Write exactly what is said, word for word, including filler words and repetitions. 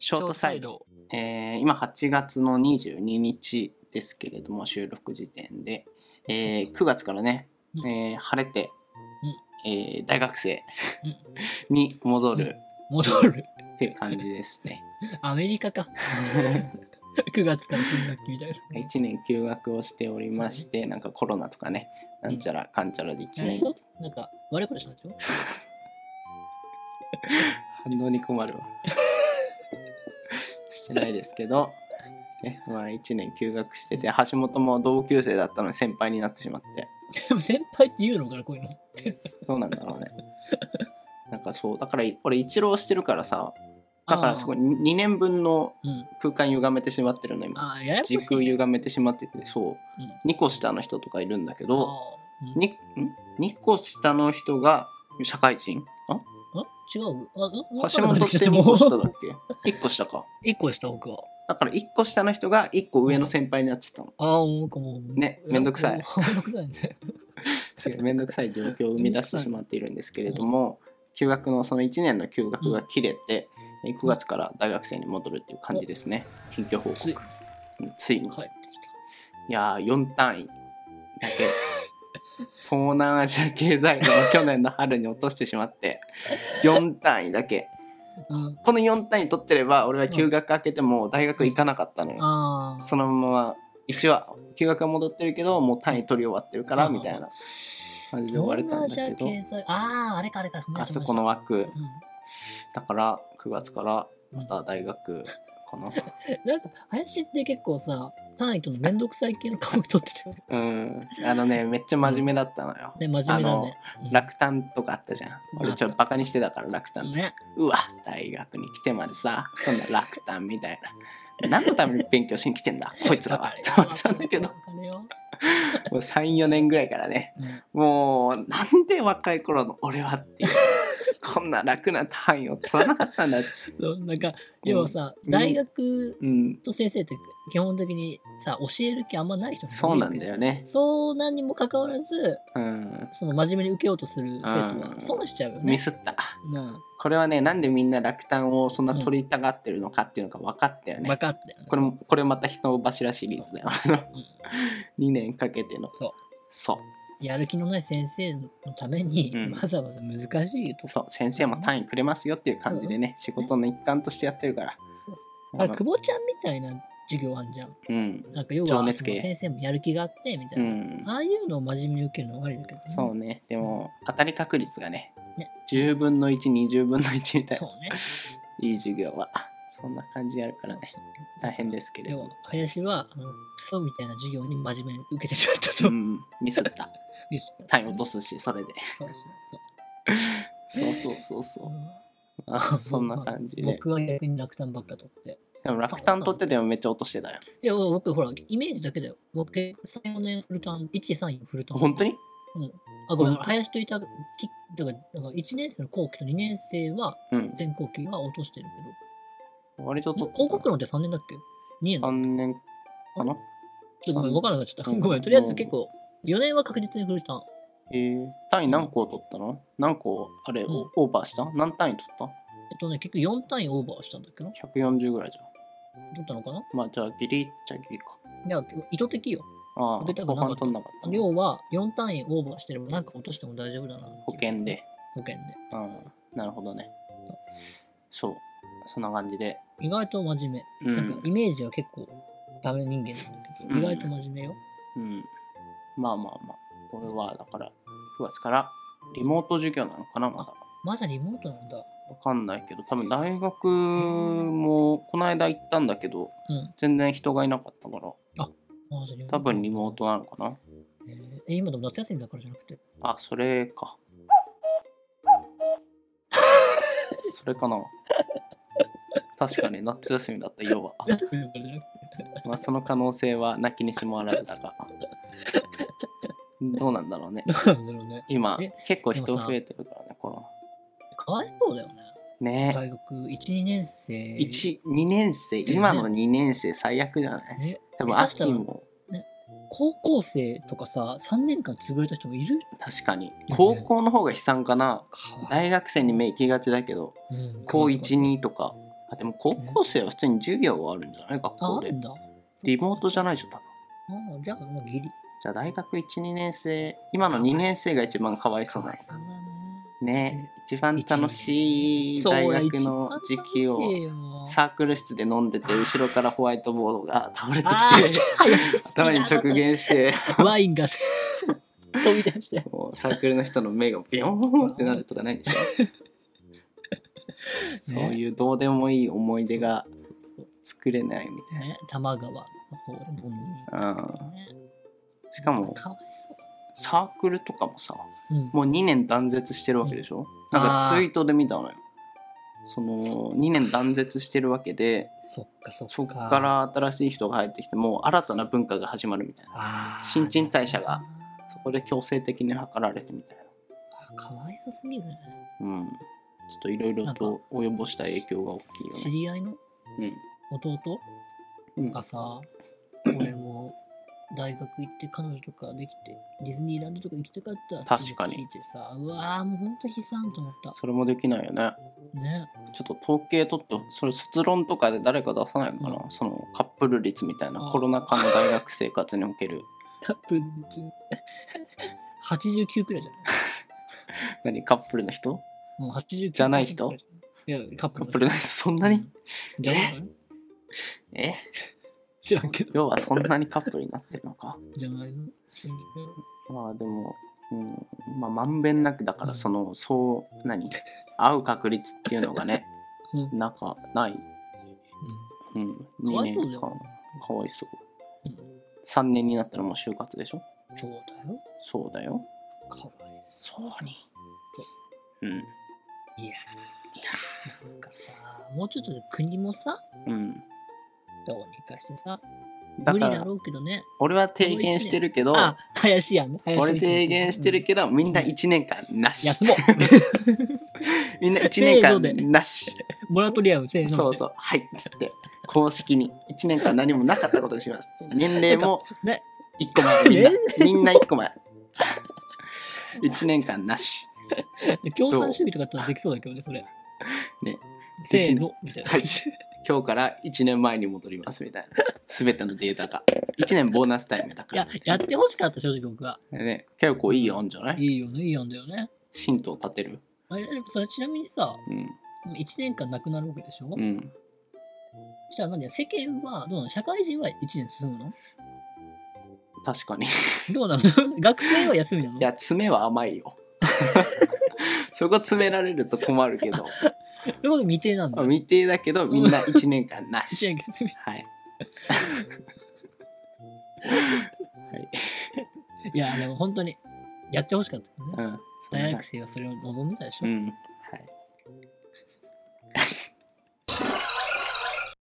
ショートサイド、えー、今はちがつのにじゅうににちですけれども、収録時点で、えー、くがつからね、 うんえー、晴れて、 うんえー、大学生に戻る戻るっていう感じですね。 アメリカかくがつから新学期みたいな。 いちねん休学をしておりまして、なんかコロナとかね、なんちゃらかんちゃらでいちねん、 なんか悪いことしたんでしょ反応に困るわしてないですけど、ね、まあいちねん休学してて、橋本も同級生だったのに先輩になってしまって、 でも先輩って言うのかな、こういうのどうなんだろうね。なんかそうだから、俺一浪してるからさ、だからすごいにねんぶんの空間歪めてしまってるの今。 あややこしいね、 時空歪めてしまってて、そう、うん、にこ下の人とかいるんだけど、うん、に, にこ下の人が社会人？ああ違うあ橋本ってにこ下だっけ？いっこ下か。 いっこ下僕は。 だからいっこ下の人がいっこ上の先輩になっちゃったの。 ああ、もうもうね、めんどくさい。 めんどくさいね。 めんどくさい状況を生み出してしまっているんですけれども、休学のそのいちねんの休学が切れて、うん、くがつから大学生に戻るっていう感じですね。近況報告。ついに。 帰ってきた。 いやー、よん単位だけ。東南アジア経済学を去年の春に落としてしまって、よん単位だけ。うん、このよん単位取ってれば俺は休学明けても大学行かなかったのよ、うん、そのまま一応休学は戻ってるけどもう単位取り終わってるからみたいな感じで終われたんだけど、 あああれかあれかあそこの枠、うん、だからくがつからまた大学かな。 なんか林って結構さ単位とのめんどくさい系の科目取ってたよね。 うんあのねめっちゃ真面目だったのよ、 うん、ね真面目だね、 うん、落胆とかあったじゃん。俺ちょっとバカにしてたから落胆、ね、うわ大学に来てまでさそんな落胆みたいな何のために勉強しに来てんだこいつらはって思ったんだけどもうさん、よねんぐらいからね、うん、もうなんで若い頃の俺はっていうこんな楽な単位を取らなかったんだってなんか要はさ、うん、大学と先生って基本的にさ教える気あんまない人、 ね、そうなんだよね。 そうなんにもかかわらず、うん、その真面目に受けようとする生徒は損しちゃうよね、うん、 ミスった、うん、これはねなんでみんな落胆をそんな取りたがってるのかっていうのが分かったよね、 分かったよね。 これもこれまた人柱シリーズだよ、うん、にねんかけてのそうそうやる気のない先生のために、うん、わざわざ難しいとそう先生も単位くれますよっていう感じでね、うん、仕事の一環としてやってるから。 あれ久保ちゃんみたいな授業あんじゃん、うん、なんか要は先生もやる気があってみたいな、うん、ああいうのを真面目に受けるのは悪いんだけど、ね、 そうねでも当たり確率がねねじゅうぶんのいち、にじゅうぶんのいちみたいな、そうね、いい授業はそんな感じやるからね大変ですけれども、 林はあのクソみたいな授業に真面目に受けてしまったと、うん、 ミスった単位落とすしそれでそうそうそうそうそうそう、うん、あそんな感じで僕は逆に落胆ばっか取ってでも落胆取っててもめっちゃ落としてたよ。 いや僕ほらイメージだけだよ。僕さん、よねんフルターンいち、さんフルターン。 本当に？ うんあごめん林といただからいちねん生の後期とにねん生は全後期は落としてるけど、 うん、割と取ってた。広告論ってさんねんだっけ？にねんだっけ？ さんねんかな？ ちょっとごめん分からなくなっちゃった、うん、ごめんとりあえず結構よねんは確実にフルターン。 えー、単位何個取ったの？うん、何個あれ、うん、オーバーした？何単位取った？ えっとね結局よん単位オーバーしたんだっけどひゃくよんじゅうぐらいじゃん。 取ったのかな。 まあじゃあギリっちゃギリか。 いや意図的よ。 ああ後半取んなかった。 要はよん単位オーバーしてれば何か落としても大丈夫だな。 保険で。 保険で。 うん。なるほどね。そうそんな感じで。 意外と真面目。うん、なんかイメージは結構ダメ人間なんだけど、うん、意外と真面目よ。 うん。まあまあまあこれはだからくがつからリモート授業なのかなまだ。 まだリモートなんだ。 わかんないけど多分大学もこの間行ったんだけど、うん、全然人がいなかったからあ多分リモートなのかな。 えー、今の夏休みだからじゃなくてあそれかそれかな確かに夏休みだった要はまあその可能性はなきにしもあらずだがどうなんだろうね今結構人増えてるからねコロナかわいそうだよね。 ね大学いち、にねん生。 いち、にねん生、今のにねん生最悪じゃない？ね、多分秋も、 ね。高校生とかさ、さんねんかん潰れた人もいる？ 確かに。高校の方が悲惨かな。大学生に目行きがちだけど、うん、高いち、にとか、 あでも高校生は普通に授業はあるんじゃない学校で。あるんだ。リモートじゃないでしょ多分。あじゃあもうギリ。 じゃあ大学いち、にねん生、今のにねん生が一番かわいそうなんか。ね、一番楽しい大学の時期をサークル室で飲んでて後ろからホワイトボードが倒れてきて頭に直撃してワインが飛び出してサークルの人の目がビヨーンってなるとかないでしょそういうどうでもいい思い出が作れないみたいな、ね、 多摩川の方で飲みに行った、ね、 しかもサークルとかもさ、うん、もうにねん断絶してるわけでしょ、うん、なんかツイートで見たのよ。そのにねん断絶してるわけで、 そっかそっか、 そっから新しい人が入ってきてもう新たな文化が始まるみたいな、新陳代謝がそこで強制的に図られてみたいな。 あ、かわいそうすぎるね。 うん、ちょっといろいろと及ぼした影響が大きいよね。 知り合いの、うん、弟、うん、がさ、俺も大学行って彼女とかできてディズニーランドとか行きたかったって聞いてさ、うわーもうほんと悲惨と思った。 それもできないよね。 ね、 ちょっと統計取ってそれ卒論とかで誰か出さないのかな、うん、そのカップル率みたいな、コロナ禍の大学生活におけるカップル率はちじゅうきゅうくらいじゃない何カップルの人もうはちじゅうきゅうじゃない人いやカップルの人、カップルの人そんなに、 うん、ええ知らんけど要はそんなにカップルになってるのかじゃないの。 まあでも、うん、まあまんべんなくだからその、うん、そう何会う確率っていうのがね、うん、なんかない、うん、うん、にねんかんかわいそう、うん、さんねんになったらもう就活でしょ。 そうだよそうだよかわいそうにうんいやいやなんかさもうちょっとで国もさ、うんどうにかしてさ、無理だろうけどね。 俺は提言してるけど、 あ、林やんね。 俺提言してるけど、うん、みんないちねんかんなし。 休もう。 みんないちねんかんなし。 モラトリアムせーの。 そうそう、はいっつって公式にいちねんかん何もなかったことにします。年齢もいっこまえ、みんなみんないっこまえ。いちねんかんなし。 共産主義とかだったらできそうだけどね、それ。 ね。 せーのみたいな。はい今日からいちねんまえに戻りますみたいな。すべてのデータが。いちねんボーナスタイムだから。 いや、やってほしかった、正直僕は。 ね、結構いい案じゃない？ いいよね、いい案だよね。 新党立てる。 あれ、それちなみにさ、うん、いちねんかんなくなるわけでしょ？うん。そしたら何だよ、世間はどうなの？社会人はいちねん進むの？ 確かに。 どうなの？学生は休みなの？ いや、詰めは甘いよ。そこ詰められると困るけど。 そういうこと未定なんだ。 未定だけどみんないちねんかんなし。 いちねんかん休み。 はい。はい。 いやでも本当にやってほしかったね。うん。大学生はそれを望んでたでしょ。うん。